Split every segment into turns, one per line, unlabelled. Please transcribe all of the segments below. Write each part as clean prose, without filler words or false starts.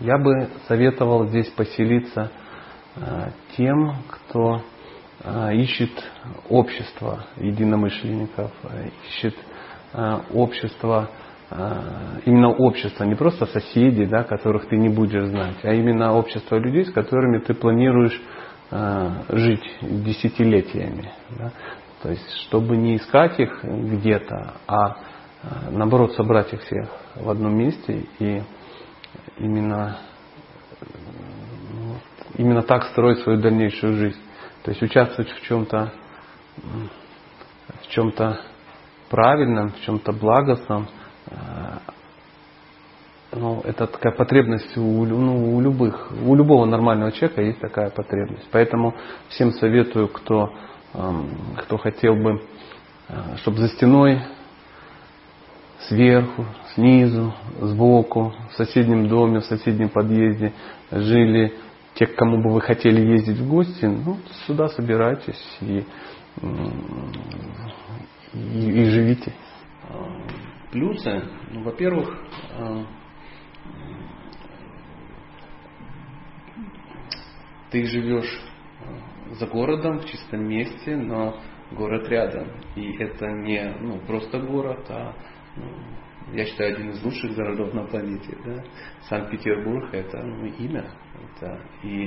Я бы советовал здесь поселиться тем, кто ищет общество единомышленников, ищет общество, именно общество, не просто соседей, да, которых ты не будешь знать, а именно общество людей, с которыми ты планируешь жить десятилетиями. Да. То есть, чтобы не искать их где-то, а наоборот собрать их всех в одном месте и именно так строить свою дальнейшую жизнь. То есть участвовать в чем-то правильном, в чем-то благостном. Это такая потребность у любого нормального человека есть такая потребность. Поэтому всем советую, кто хотел бы, чтобы за стеной, сверху, снизу, сбоку, в соседнем доме, в соседнем подъезде жили те, к кому бы вы хотели ездить в гости, сюда собирайтесь и живите. Плюсы, во-первых, ты живешь за городом, в чистом месте, но город рядом. И это не просто город, а я считаю, один из лучших городов на планете. Да? Санкт-Петербург — это имя. И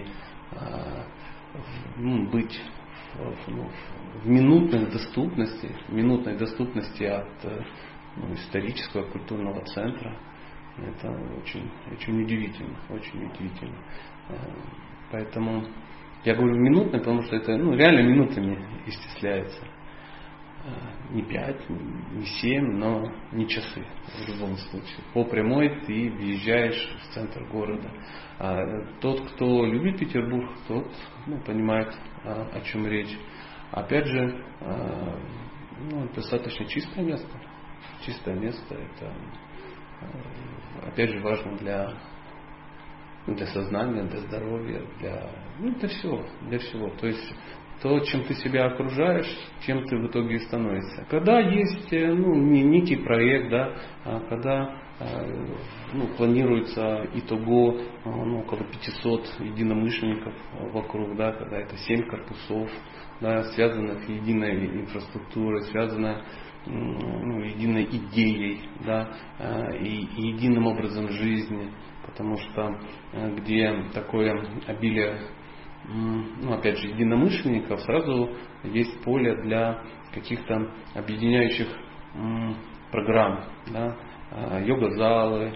быть в минутной доступности от исторического культурного центра, это очень, очень удивительно, очень удивительно. Поэтому я говорю минутной, потому что это реально минутами исчисляется. Не 5, не 7, но не часы в любом случае. По прямой ты въезжаешь в центр города. А тот, кто любит Петербург, тот понимает, о чем речь. Опять же, достаточно чистое место. Чистое место — это, опять же, важно для сознания, для здоровья, для всего. То есть то, чем ты себя окружаешь, тем ты в итоге и становишься. Когда есть некий проект, да, когда планируется итого около 500 единомышленников вокруг, да, когда это 7 корпусов, да, связанных единой инфраструктурой, связанных единой идеей, да, и единым образом жизни. Потому что где такое обилие, опять же, единомышленников, сразу есть поле для каких-то объединяющих программ, да, йога-залы,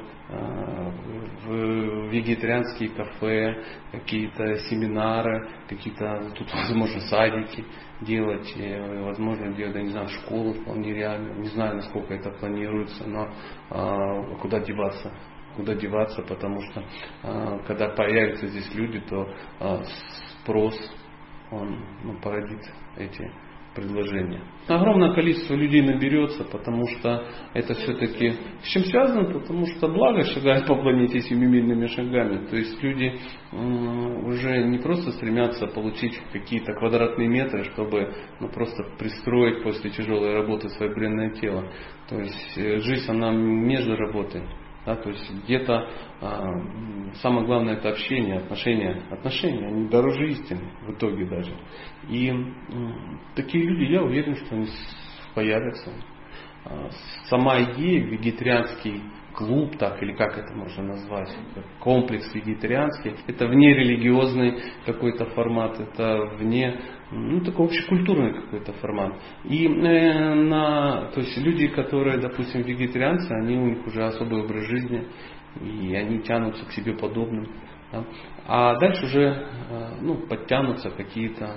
вегетарианские кафе, какие-то семинары, какие-то, тут возможно садики делать, возможно делать, я не знаю, школу вполне реально, не знаю, насколько это планируется, но куда деваться, потому что когда появятся здесь люди, то спрос он породит эти предложения. Огромное количество людей наберется, потому что это все-таки с чем связано? Потому что благо шагает по планете семимильными шагами. То есть люди уже не просто стремятся получить какие-то квадратные метры, чтобы просто пристроить после тяжелой работы свое бренное тело. То есть жизнь, она между работой. Да, то есть где-то самое главное — это общение, отношения, они дороже истины в итоге даже. И такие люди, я уверен, что они появятся. Сама идея, вегетарианский клуб, так или как это можно назвать, комплекс вегетарианский, это внерелигиозный какой-то формат, это вне, такой общекультурный какой-то формат. И то есть люди, которые, допустим, вегетарианцы, у них уже особый образ жизни, и они тянутся к себе подобным. Да? А дальше уже подтянутся какие-то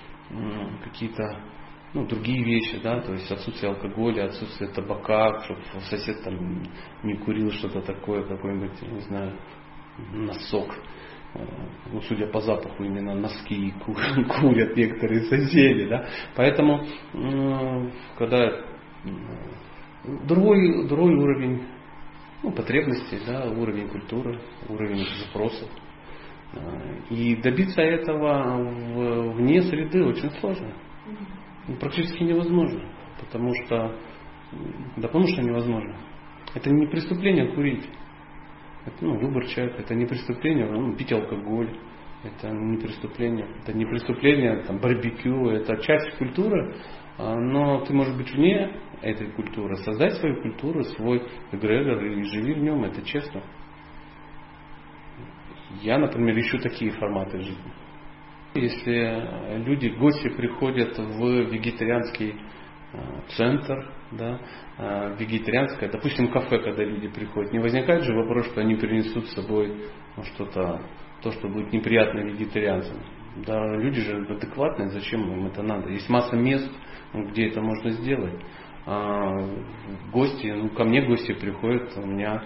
другие вещи, да, то есть отсутствие алкоголя, отсутствие табака, чтобы сосед там не курил что-то такое, какой-нибудь, не знаю, носок. Судя по запаху, именно носки курят некоторые соседи, да. Поэтому, когда другой уровень потребностей, да, уровень культуры, уровень запросов. И добиться этого вне среды очень сложно. Практически невозможно. Потому что невозможно. Это не преступление курить. Это, выбор человека, это не преступление, пить алкоголь, это не преступление. Это не преступление, барбекю, это часть культуры, но ты можешь быть вне этой культуры, создать свою культуру, свой эгрегор и живи в нем, это честно. Я, например, ищу такие форматы жизни. Если люди, гости приходят в вегетарианский центр, да, вегетарианское, допустим, кафе, когда люди приходят, не возникает же вопрос, что они принесут с собой что-то, то, что будет неприятно вегетарианцам. Да, люди же адекватные, зачем им это надо? Есть масса мест, где это можно сделать. Гости, ко мне гости приходят, у меня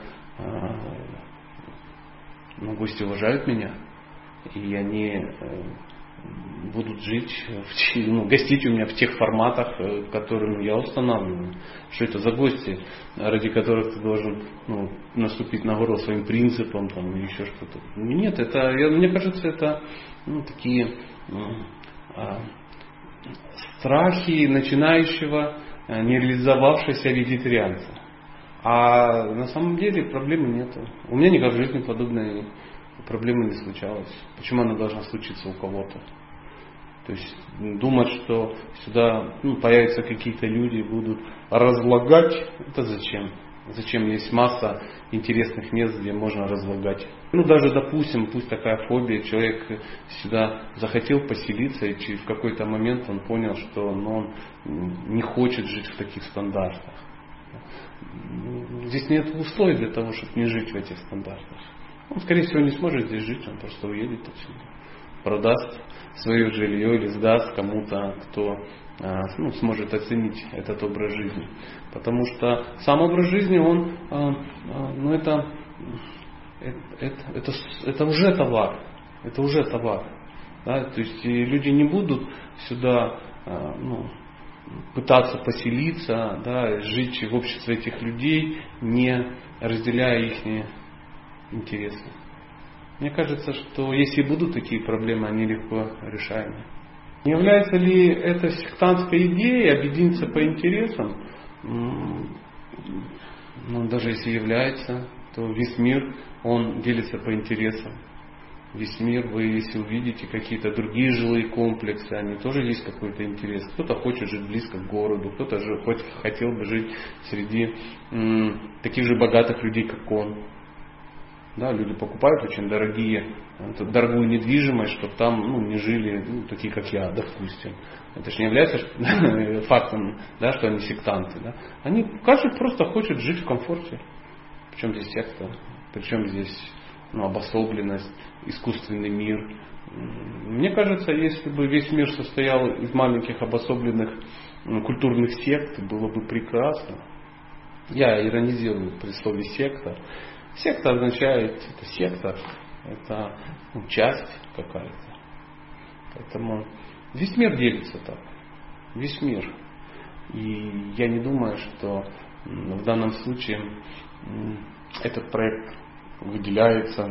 гости уважают меня, и они будут жить, гостить у меня в тех форматах, которые я устанавливаю. Что это за гости, ради которых ты должен наступить на горло своим принципам или еще что-то. Нет, мне кажется, это такие страхи начинающего, не реализовавшегося вегетарианца. А на самом деле проблемы нету. У меня никак в жизни подобной проблемы не случалось. Почему она должна случиться у кого-то? То есть думать, что сюда появятся какие-то люди и будут разлагать, это зачем? Зачем? Есть масса интересных мест, где можно разлагать. Даже, допустим, пусть такая фобия, человек сюда захотел поселиться, и в какой-то момент он понял, что он не хочет жить в таких стандартах. Здесь нет условий для того, чтобы не жить в этих стандартах. Он, скорее всего, не сможет здесь жить, он просто уедет отсюда. Продаст свое жилье или сдаст кому-то, кто сможет оценить этот образ жизни. Потому что сам образ жизни, он, это уже товар. Это уже товар. Да? То есть люди не будут сюда пытаться поселиться, да, жить в обществе этих людей, не разделяя их интересы. Мне кажется, что если будут такие проблемы, они легко решаемы. Не является ли это сектантской идеей объединиться по интересам? Даже если является, то весь мир, он делится по интересам. Весь мир, вы если увидите какие-то другие жилые комплексы, они тоже есть какой-то интерес. Кто-то хочет жить близко к городу, кто-то же хотел бы жить среди таких же богатых людей, как он. Да, люди покупают очень дорогую недвижимость, чтобы там не жили такие, как я, допустим. Это же не является фактом, да, что они сектанты. Да? Каждый просто хочет жить в комфорте. Причем здесь секта, причем здесь обособленность, искусственный мир. Мне кажется, если бы весь мир состоял из маленьких обособленных культурных сект, было бы прекрасно. Я иронизирую при слове секта. Секта означает, это сектор, это часть какая-то. Поэтому весь мир делится так. Весь мир. И я не думаю, что в данном случае этот проект выделяется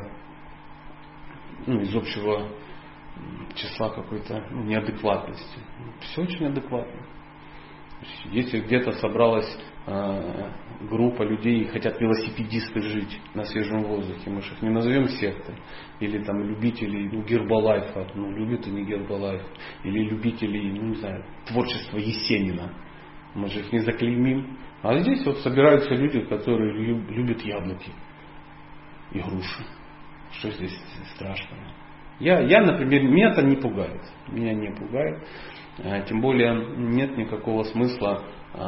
из общего числа какой-то неадекватности. Все очень адекватно. Если где-то собралась группа людей и хотят велосипедисты жить на свежем воздухе, мы же их не назовем сектой. Или там любителей Гербалайфа, любят они Гербалайф. Или любителей, творчества Есенина. Мы же их не заклеймим. А здесь собираются люди, которые любят яблоки и груши. Что здесь страшного? Я, например, меня это не пугает. Меня не пугает. Тем более нет никакого смысла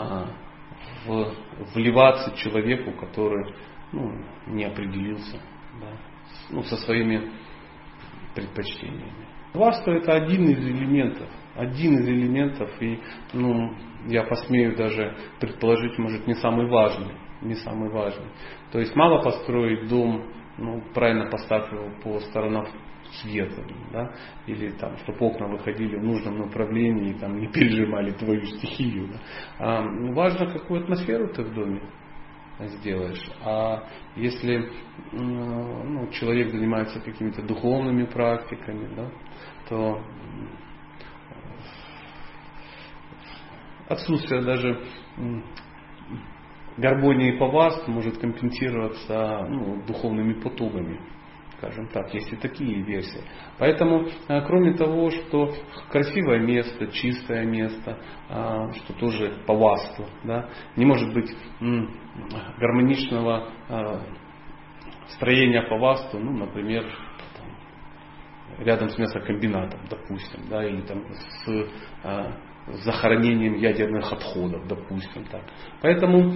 вливаться человеку, который не определился, да, со своими предпочтениями. Варство — это один из элементов. И я посмею даже предположить, может, не самый важный. То есть мало построить дом, правильно поставь его по сторонам света, да, или там, чтобы окна выходили в нужном направлении и там не пережимали твою стихию. Да. Важно, какую атмосферу ты в доме сделаешь. А если человек занимается какими-то духовными практиками, да, то отсутствие даже гармония по вас может компенсироваться духовными потугами. Скажем так, есть и такие версии. Поэтому, кроме того, что красивое место, чистое место, что тоже по васту, да, не может быть гармоничного строения по васту, например, рядом с мясокомбинатом, допустим, да, или там с захоронением ядерных отходов, допустим. Так. Поэтому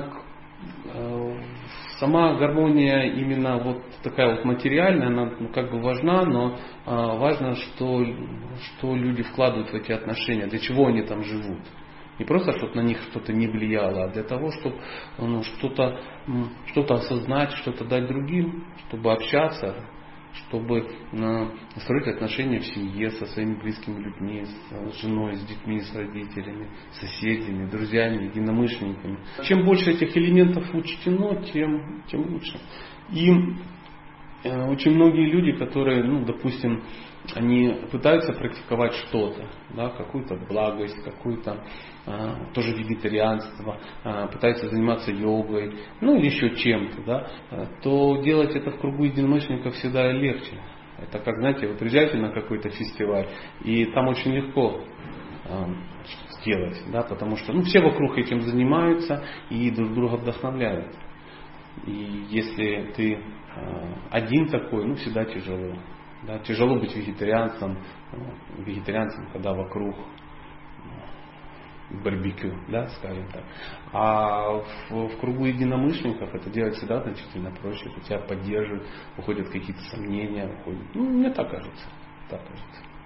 сама гармония именно вот такая вот материальная, она важна, но важно, что люди вкладывают в эти отношения, для чего они там живут. Не просто, чтобы на них что-то не влияло, а для того, чтобы что-то осознать, что-то дать другим, чтобы общаться, чтобы строить отношения в семье со своими близкими людьми, с женой, с детьми, с родителями, с соседями, друзьями, единомышленниками. Чем больше этих элементов учтено, тем лучше. И очень многие люди, которые, допустим, они пытаются практиковать что-то, да, какую-то благость, какую-то тоже вегетарианство, пытаются заниматься йогой, или еще чем-то, да, то делать это в кругу единомышленников всегда легче. Это как, знаете, вы приезжаете на какой-то фестиваль, и там очень легко сделать, да, потому что все вокруг этим занимаются и друг друга вдохновляют. И если ты один такой, всегда тяжело. Да, тяжело быть вегетарианцем, когда вокруг барбекю, да, скажем так. А в кругу единомышленников это делать всегда значительно проще. Тебя поддерживают, уходят какие-то сомнения, уходят. Мне так кажется. Так кажется.